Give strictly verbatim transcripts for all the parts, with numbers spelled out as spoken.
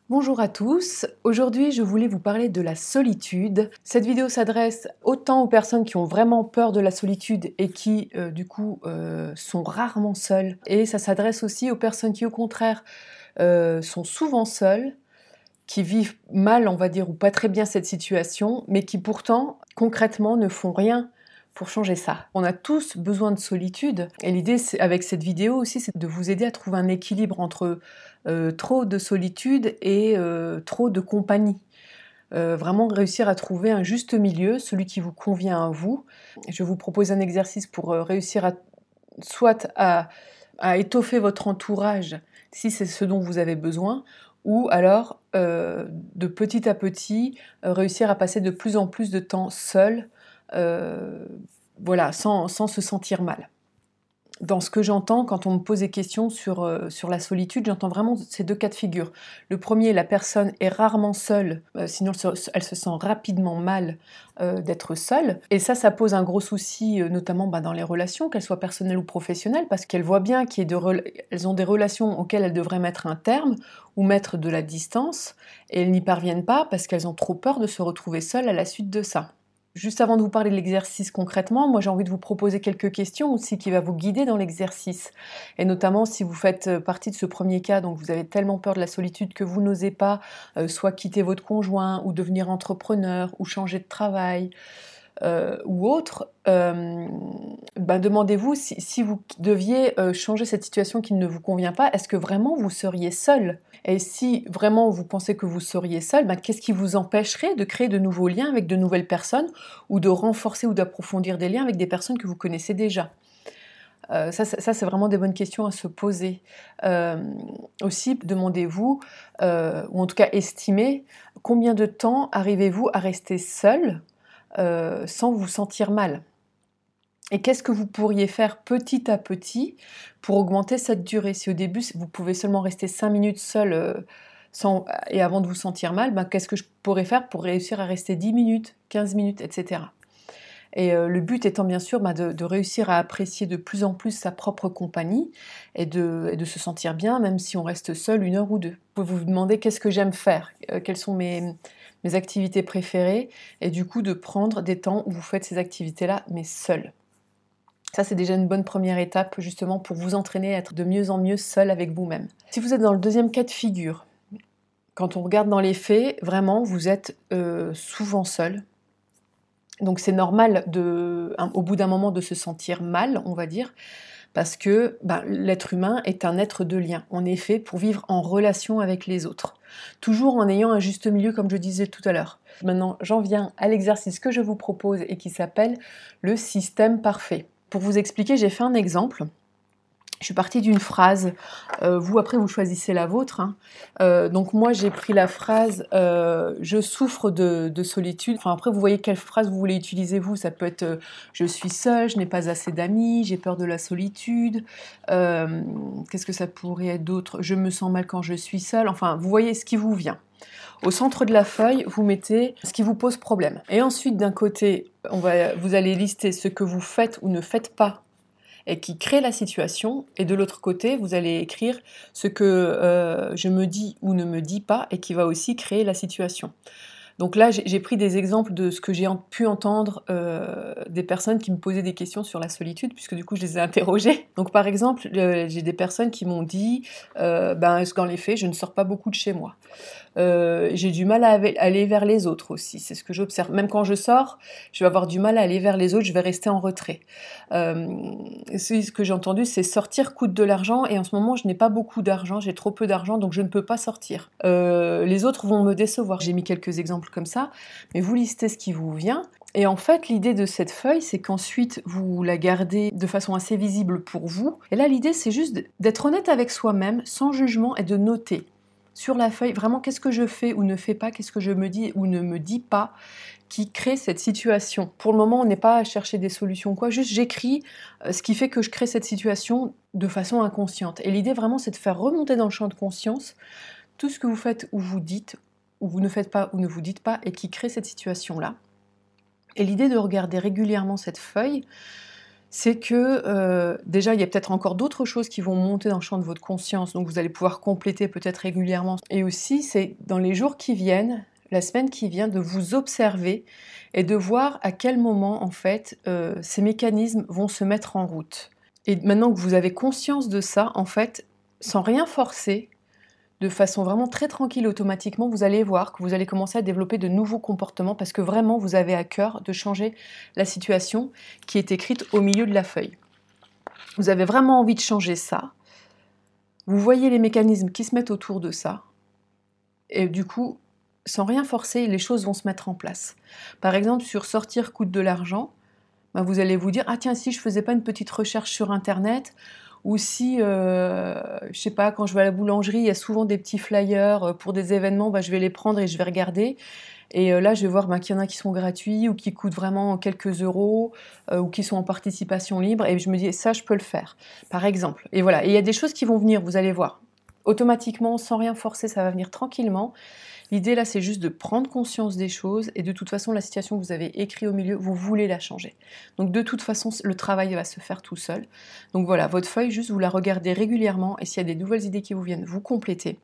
Bonjour à tous, aujourd'hui je voulais vous parler de la solitude. Cette vidéo s'adresse autant aux personnes qui ont vraiment peur de la solitude et qui euh, du coup euh, sont rarement seules, et ça s'adresse aussi aux personnes qui au contraire euh, sont souvent seules, qui vivent mal on va dire ou pas très bien cette situation, mais qui pourtant concrètement ne font rien pour changer ça. On a tous besoin de solitude, et l'idée avec cette vidéo aussi, c'est de vous aider à trouver un équilibre entre euh, trop de solitude et euh, trop de compagnie. Euh, vraiment réussir à trouver un juste milieu, celui qui vous convient à vous. Je vous propose un exercice pour euh, réussir à soit à, à étoffer votre entourage, si c'est ce dont vous avez besoin, ou alors euh, de petit à petit euh, réussir à passer de plus en plus de temps seul, euh, voilà, sans, sans se sentir mal. Dans ce que j'entends, quand on me pose des questions sur, euh, sur la solitude, j'entends vraiment ces deux cas de figure. Le premier, la personne est rarement seule, euh, sinon elle se, elle se sent rapidement mal euh, d'être seule. Et ça, ça pose un gros souci, euh, notamment bah, dans les relations, qu'elles soient personnelles ou professionnelles, parce qu'elles voient bien qu'elles ont des relations auxquelles elles devraient mettre un terme ou mettre de la distance, et elles n'y parviennent pas parce qu'elles ont trop peur de se retrouver seules à la suite de ça. Juste avant de vous parler de l'exercice concrètement, moi j'ai envie de vous proposer quelques questions aussi qui vont vous guider dans l'exercice. Et notamment si vous faites partie de ce premier cas, donc vous avez tellement peur de la solitude que vous n'osez pas euh, soit quitter votre conjoint ou devenir entrepreneur ou changer de travail euh, ou autre, euh, ben demandez-vous si, si vous deviez euh, changer cette situation qui ne vous convient pas, est-ce que vraiment vous seriez seul ? Et si vraiment vous pensez que vous seriez seul, ben qu'est-ce qui vous empêcherait de créer de nouveaux liens avec de nouvelles personnes ou de renforcer ou d'approfondir des liens avec des personnes que vous connaissez déjà ? Euh, ça, ça, ça c'est vraiment des bonnes questions à se poser. Euh, aussi, demandez-vous, euh, ou en tout cas estimez, combien de temps arrivez-vous à rester seul euh, sans vous sentir mal ? Et qu'est-ce que vous pourriez faire petit à petit pour augmenter cette durée ? Si au début, vous pouvez seulement rester cinq minutes seul euh, sans, et avant de vous sentir mal, ben, qu'est-ce que je pourrais faire pour réussir à rester dix minutes, quinze minutes, et cetera. Et euh, le but étant bien sûr bah, de, de réussir à apprécier de plus en plus sa propre compagnie et de, et de se sentir bien, même si on reste seul une heure ou deux. Vous pouvez vous demander qu'est-ce que j'aime faire, euh, quelles sont mes, mes activités préférées, et du coup de prendre des temps où vous faites ces activités-là, mais seul. Ça, c'est déjà une bonne première étape, justement, pour vous entraîner à être de mieux en mieux seul avec vous-même. Si vous êtes dans le deuxième cas de figure, quand on regarde dans les faits, vraiment, vous êtes euh, souvent seul. Donc c'est normal, de, hein, au bout d'un moment, de se sentir mal, on va dire, parce que ben, l'être humain est un être de lien. On est fait pour vivre en relation avec les autres, toujours en ayant un juste milieu, comme je disais tout à l'heure. Maintenant, j'en viens à l'exercice que je vous propose et qui s'appelle le système parfait. Pour vous expliquer, j'ai fait un exemple. Je suis partie d'une phrase, euh, vous après vous choisissez la vôtre, hein. Euh, donc moi j'ai pris la phrase euh, « je souffre de, de solitude », enfin après vous voyez quelle phrase vous voulez utiliser vous, ça peut être euh, « je suis seule, je n'ai pas assez d'amis, j'ai peur de la solitude euh, », qu'est-ce que ça pourrait être d'autre, « je me sens mal quand je suis seule », enfin vous voyez ce qui vous vient. Au centre de la feuille, vous mettez ce qui vous pose problème. Et ensuite d'un côté, on va, vous allez lister ce que vous faites ou ne faites pas et qui crée la situation, et de l'autre côté, vous allez écrire ce que euh, je me dis ou ne me dis pas, et qui va aussi créer la situation. Donc là, j'ai pris des exemples de ce que j'ai pu entendre euh, des personnes qui me posaient des questions sur la solitude, puisque du coup, je les ai interrogées. Donc par exemple, euh, j'ai des personnes qui m'ont dit euh, « ben, dans les faits, je ne sors pas beaucoup de chez moi ». Euh, j'ai du mal à aller vers les autres aussi, c'est ce que j'observe. Même quand je sors, je vais avoir du mal à aller vers les autres, je vais rester en retrait. Euh, ce que j'ai entendu, c'est sortir coûte de l'argent, et en ce moment, je n'ai pas beaucoup d'argent, j'ai trop peu d'argent, donc je ne peux pas sortir. Euh, les autres vont me décevoir. J'ai mis quelques exemples comme ça, mais vous listez ce qui vous vient. Et en fait, l'idée de cette feuille, c'est qu'ensuite, vous la gardez de façon assez visible pour vous. Et là, l'idée, c'est juste d'être honnête avec soi-même, sans jugement, et de noter sur la feuille, vraiment, qu'est-ce que je fais ou ne fais pas, qu'est-ce que je me dis ou ne me dis pas, qui crée cette situation. Pour le moment, on n'est pas à chercher des solutions, quoi. Juste, j'écris ce qui fait que je crée cette situation de façon inconsciente. Et l'idée, vraiment, c'est de faire remonter dans le champ de conscience tout ce que vous faites ou vous dites, ou vous ne faites pas ou ne vous dites pas, et qui crée cette situation-là. Et l'idée de regarder régulièrement cette feuille, c'est que euh, déjà, il y a peut-être encore d'autres choses qui vont monter dans le champ de votre conscience, donc vous allez pouvoir compléter peut-être régulièrement. Et aussi, c'est dans les jours qui viennent, la semaine qui vient, de vous observer et de voir à quel moment, en fait, euh, ces mécanismes vont se mettre en route. Et maintenant que vous avez conscience de ça, en fait, sans rien forcer, de façon vraiment très tranquille, automatiquement, vous allez voir que vous allez commencer à développer de nouveaux comportements parce que vraiment, vous avez à cœur de changer la situation qui est écrite au milieu de la feuille. Vous avez vraiment envie de changer ça. Vous voyez les mécanismes qui se mettent autour de ça. Et du coup, sans rien forcer, les choses vont se mettre en place. Par exemple, sur sortir coûte de l'argent, ben vous allez vous dire « Ah tiens, si je faisais pas une petite recherche sur Internet », ou si, euh, je sais pas, quand je vais à la boulangerie, il y a souvent des petits flyers pour des événements, bah, je vais les prendre et je vais regarder. Et euh, là, je vais voir bah, qu'il y en a qui sont gratuits ou qui coûtent vraiment quelques euros euh, ou qui sont en participation libre. Et je me dis, ça, je peux le faire, par exemple. Et voilà. Et il y a des choses qui vont venir, vous allez voir. Automatiquement, sans rien forcer, ça va venir tranquillement. L'idée là, c'est juste de prendre conscience des choses et de toute façon, la situation que vous avez écrite au milieu, vous voulez la changer. Donc de toute façon, le travail va se faire tout seul. Donc voilà, votre feuille, juste vous la regardez régulièrement et s'il y a des nouvelles idées qui vous viennent, vous complétez.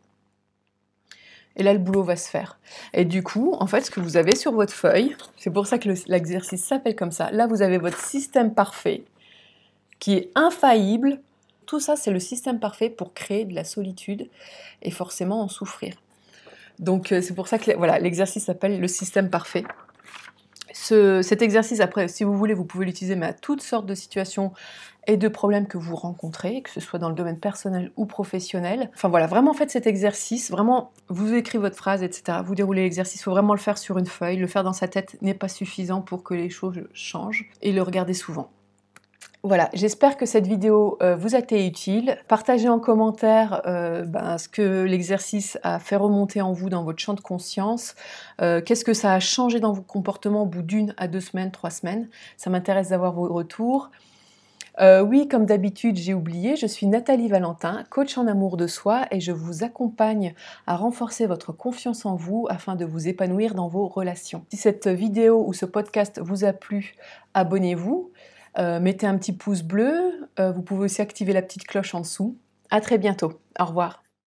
Et là, le boulot va se faire. Et du coup, en fait, ce que vous avez sur votre feuille, c'est pour ça que l'exercice s'appelle comme ça. Là, vous avez votre système parfait qui est infaillible. Tout ça, c'est le système parfait pour créer de la solitude et forcément en souffrir. Donc c'est pour ça que voilà, l'exercice s'appelle le système parfait. Ce, cet exercice, après, si vous voulez, vous pouvez l'utiliser mais à toutes sortes de situations et de problèmes que vous rencontrez, que ce soit dans le domaine personnel ou professionnel. Enfin voilà, vraiment faites cet exercice, vraiment, vous écrivez votre phrase, et cetera. Vous déroulez l'exercice, il faut vraiment le faire sur une feuille. Le faire dans sa tête n'est pas suffisant pour que les choses changent et le regarder souvent. Voilà, j'espère que cette vidéo euh, vous a été utile. Partagez en commentaire euh, ben, ce que l'exercice a fait remonter en vous dans votre champ de conscience. Euh, Qu'est-ce que ça a changé dans vos comportements au bout d'une à deux semaines, trois semaines. Ça m'intéresse d'avoir vos retours. Euh, oui, comme d'habitude, j'ai oublié, je suis Nathalie Valentin, coach en amour de soi et je vous accompagne à renforcer votre confiance en vous afin de vous épanouir dans vos relations. Si cette vidéo ou ce podcast vous a plu, abonnez-vous. Euh, mettez un petit pouce bleu, euh, vous pouvez aussi activer la petite cloche en dessous. À très bientôt, au revoir.